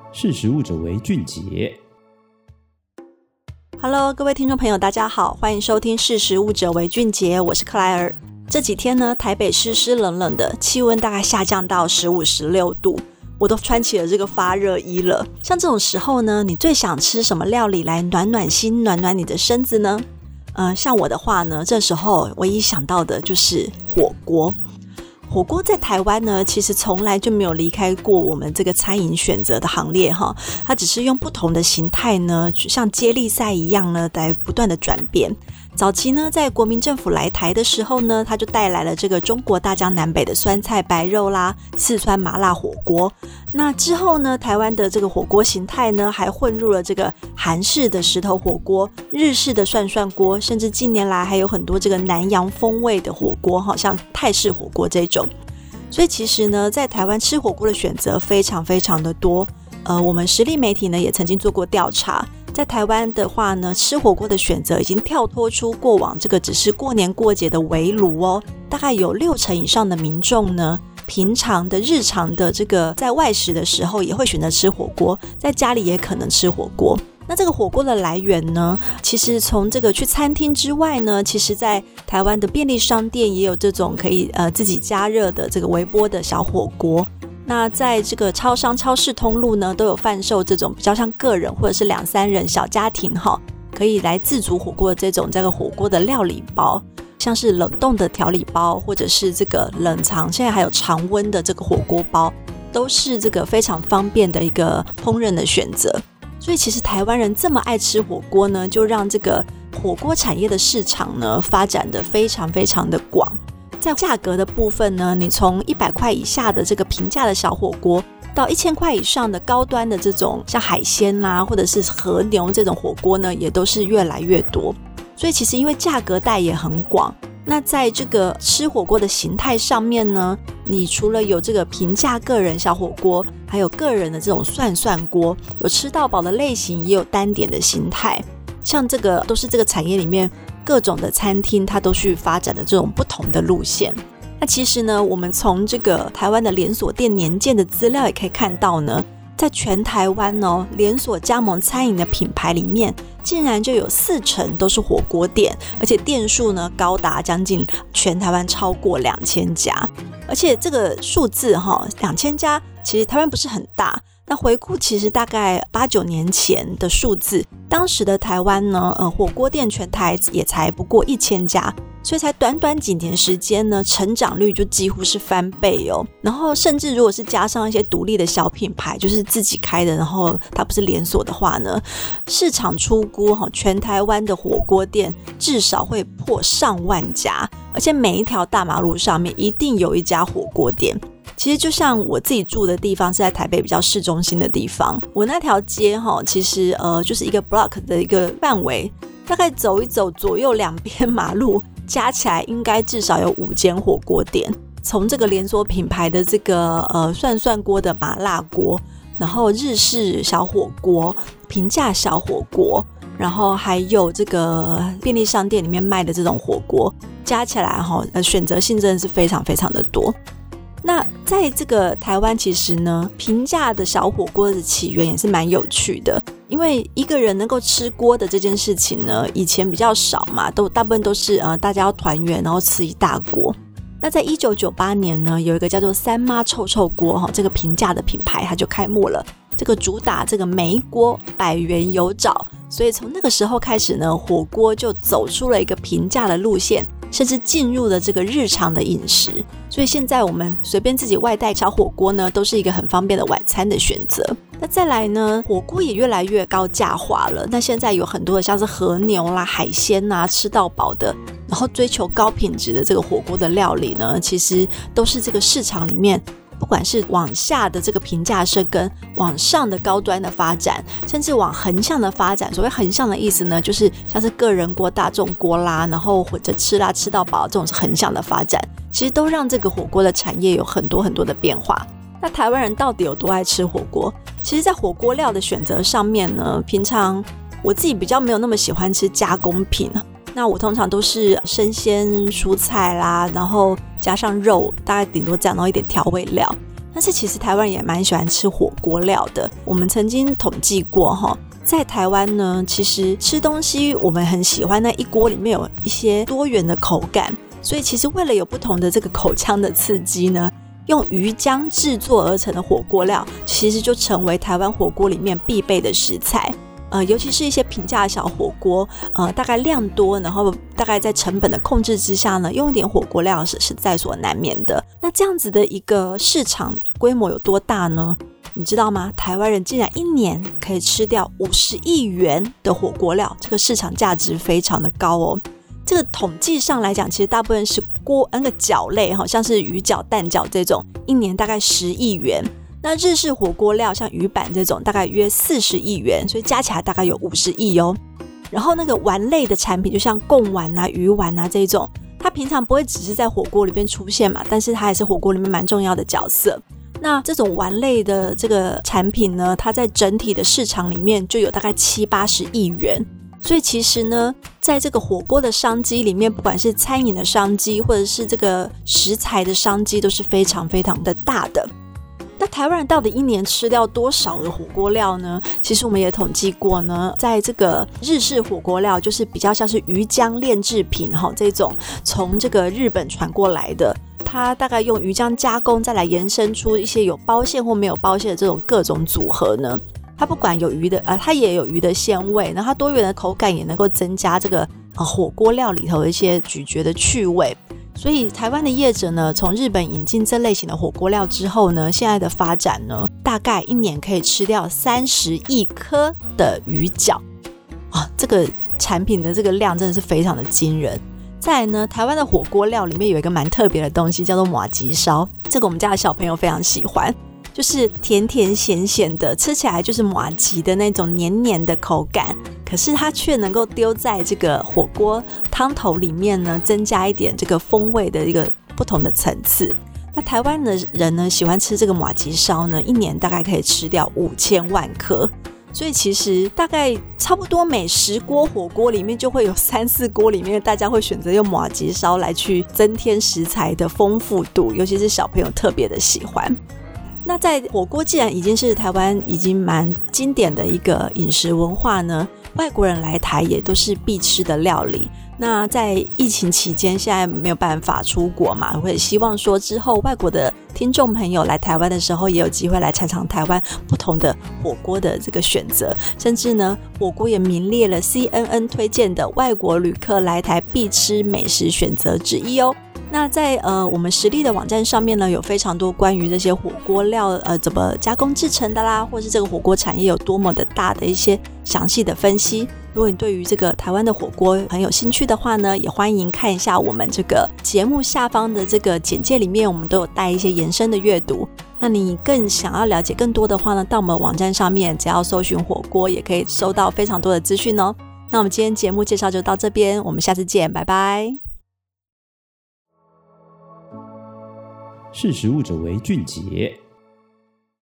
识时务者为俊杰。 Hello， 各位听众朋友，大家好，欢迎收听识时务者为俊杰，我是克莱尔。这几天呢，台北湿湿冷冷的，气温大概下降到15、16度，我都穿起了这个发热衣了。像这种时候呢，你最想吃什么料理来暖暖心、暖暖你的身子呢？像我的话呢，这时候唯一想到的就是火锅。火锅在台湾呢，其实从来就没有离开过我们这个餐饮选择的行列哈，它只是用不同的形态呢，像接力赛一样呢，来不断的转变。早期呢，在国民政府来台的时候呢，他就带来了这个中国大江南北的酸菜白肉啦，四川麻辣火锅。那之后呢，台湾的这个火锅形态呢，还混入了这个韩式的石头火锅、日式的涮涮锅，甚至近年来还有很多这个南洋风味的火锅，好像泰式火锅这种。所以其实呢，在台湾吃火锅的选择非常非常的多。我们实力媒体呢也曾经做过调查，在台湾的话呢，吃火锅的选择已经跳脱出过往这个只是过年过节的围炉哦，大概有60%以上的民众呢，平常的日常的这个在外食的时候也会选择吃火锅，在家里也可能吃火锅。那这个火锅的来源呢，其实从这个去餐厅之外呢，其实在台湾的便利商店也有这种可以自己加热的这个微波的小火锅。那在这个超商、超市通路呢，都有贩售这种比较像个人或者是2、3人小家庭可以来自煮火锅的这个火锅的料理包，像是冷冻的调理包，或者是这个冷藏，现在还有常温的这个火锅包，都是这个非常方便的一个烹饪的选择。所以其实台湾人这么爱吃火锅呢，就让这个火锅产业的市场呢发展的非常非常的广。在价格的部分呢，你从100块以下的这个平价的小火锅，到1000块以上的高端的这种像海鲜啦，或者是和牛这种火锅呢，也都是越来越多。所以其实因为价格带也很广，那在这个吃火锅的形态上面呢，你除了有这个平价个人小火锅，还有个人的这种涮涮锅，有吃到饱的类型，也有单点的形态。像这个都是这个产业里面各种的餐厅，它都去发展的这种不同的路线。那其实呢，我们从这个台湾的连锁店年鉴的资料也可以看到呢，在全台湾连锁加盟餐饮的品牌里面，竟然就有40%都是火锅店，而且店数呢高达将近全台湾超过2000家。而且这个数字2000家其实台湾不是很大，那回顾其实大概8、9年前的数字，当时的台湾呢，火锅店全台也才不过1000家，所以才短短几年时间呢，成长率就几乎是翻倍哦。然后甚至如果是加上一些独立的小品牌，就是自己开的，然后它不是连锁的话呢，市场初估全台湾的火锅店至少会破上万家，而且每一条大马路上面一定有一家火锅店。其实就像我自己住的地方是在台北比较市中心的地方，我那条街其实就是一个 block 的一个范围，大概走一走，左右2边马路加起来应该至少有5间火锅店。从这个连锁品牌的这个涮涮锅的麻辣锅，然后日式小火锅、平价小火锅，然后还有这个便利商店里面卖的这种火锅，加起来选择性真的是非常非常的多。那在这个台湾其实呢，平价的小火锅的起源也是蛮有趣的，因为一个人能够吃锅的这件事情呢，以前比较少嘛，大部分都是大家要团圆然后吃一大锅。那在1998年呢，有一个叫做三妈臭臭锅这个平价的品牌，它就开幕了，这个主打这个每一锅100元有找，所以从那个时候开始呢，火锅就走出了一个平价的路线，甚至进入了这个日常的饮食。所以现在我们随便自己外带小火锅呢，都是一个很方便的晚餐的选择。那再来呢，火锅也越来越高价化了，那现在有很多的像是和牛啦、海鲜啦，吃到饱的，然后追求高品质的这个火锅的料理呢，其实都是这个市场里面不管是往下的这个平价生根，往上的高端的发展，甚至往横向的发展。所谓横向的意思呢，就是像是个人锅、大众锅啦，然后或者吃啦、吃到饱，这种是横向的发展，其实都让这个火锅的产业有很多很多的变化。那台湾人到底有多爱吃火锅？其实在火锅料的选择上面呢，平常我自己比较没有那么喜欢吃加工品，那我通常都是生鲜蔬菜啦，然后加上肉，大概顶多这样，然后一点调味料。 但是其实台湾人也蛮喜欢吃火锅料的。我们曾经统计过在台湾呢，其实吃东西我们很喜欢那一锅里面有一些多元的口感，所以其实为了有不同的这个口腔的刺激呢，用鱼浆制作而成的火锅料其实就成为台湾火锅里面必备的食材。尤其是一些平价的小火锅，大概量多，然后大概在成本的控制之下呢，用一点火锅料是在所难免的。那这样子的一个市场规模有多大呢？你知道吗？台湾人竟然一年可以吃掉50亿元的火锅料，这个市场价值非常的高哦。这个统计上来讲，其实大部分是那个饺类，像是鱼饺、蛋饺这种，一年大概10亿元。那日式火锅料像鱼板这种大概约40亿元，所以加起来大概有50亿哦。然后那个丸类的产品就像贡丸啊、鱼丸啊这种，它平常不会只是在火锅里面出现嘛，但是它也是火锅里面蛮重要的角色。那这种丸类的这个产品呢，它在整体的市场里面就有大概70-80亿元。所以其实呢，在这个火锅的商机里面，不管是餐饮的商机或者是这个食材的商机，都是非常非常的大的。那台湾人到底一年吃掉多少的火锅料呢？其实我们也统计过呢，在这个日式火锅料，就是比较像是鱼浆炼制品这种从这个日本传过来的，它大概用鱼浆加工，再来延伸出一些有包馅或没有包馅的这种各种组合呢。它不管有鱼的，它也有鱼的鲜味，然后它多元的口感也能够增加这个火锅料里头的一些咀嚼的趣味。所以台湾的业者呢，从日本引进这类型的火锅料之后呢，现在的发展呢，大概一年可以吃掉30亿颗的鱼饺这个产品的这个量真的是非常的惊人。再来呢，台湾的火锅料里面有一个蛮特别的东西，叫做麻糬烧，这个我们家的小朋友非常喜欢，就是甜甜咸咸的，吃起来就是麻糬的那种黏黏的口感，可是它却能够丢在这个火锅汤头里面呢，增加一点这个风味的一个不同的层次。那台湾的人呢，喜欢吃这个麻糬烧呢，一年大概可以吃掉5000万颗，所以其实大概差不多每10锅火锅里面就会有3-4锅里面大家会选择用麻糬烧来去增添食材的丰富度，尤其是小朋友特别的喜欢。那在火锅既然已经是台湾已经蛮经典的一个饮食文化呢，外国人来台也都是必吃的料理。那在疫情期间现在没有办法出国嘛，我也希望说之后外国的听众朋友来台湾的时候也有机会来尝尝台湾不同的火锅的这个选择，甚至呢火锅也名列了 CNN 推荐的外国旅客来台必吃美食选择之一哦。那在我们实力的网站上面呢，有非常多关于这些火锅料怎么加工制成的啦，或是这个火锅产业有多么的大的一些详细的分析。如果你对于这个台湾的火锅很有兴趣的话呢，也欢迎看一下我们这个节目下方的这个简介里面，我们都有带一些延伸的阅读。那你更想要了解更多的话呢，到我们网站上面只要搜寻火锅，也可以收到非常多的资讯哦。那我们今天节目介绍就到这边，我们下次见，拜拜。 识时务者为俊杰。